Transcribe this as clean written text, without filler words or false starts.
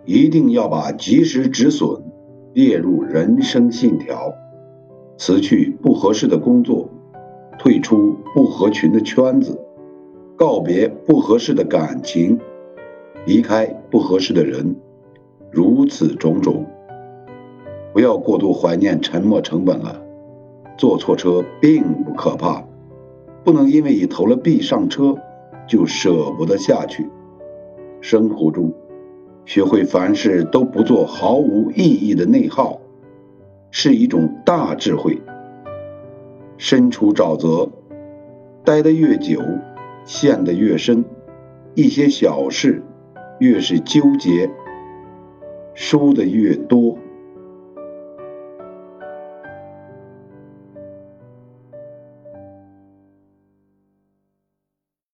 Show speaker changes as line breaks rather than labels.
一定要把及时止损列入人生信条，辞去不合适的工作，退出不合群的圈子，告别不合适的感情，离开不合适的人，如此种种。不要过度怀念沉没成本了，坐错车并不可怕，不能因为已投了币上车就舍不得下去。生活中学会凡事都不做毫无意义的内耗，是一种大智慧。身处沼泽，待得越久，陷得越深，一些小事越是纠结，输得越多。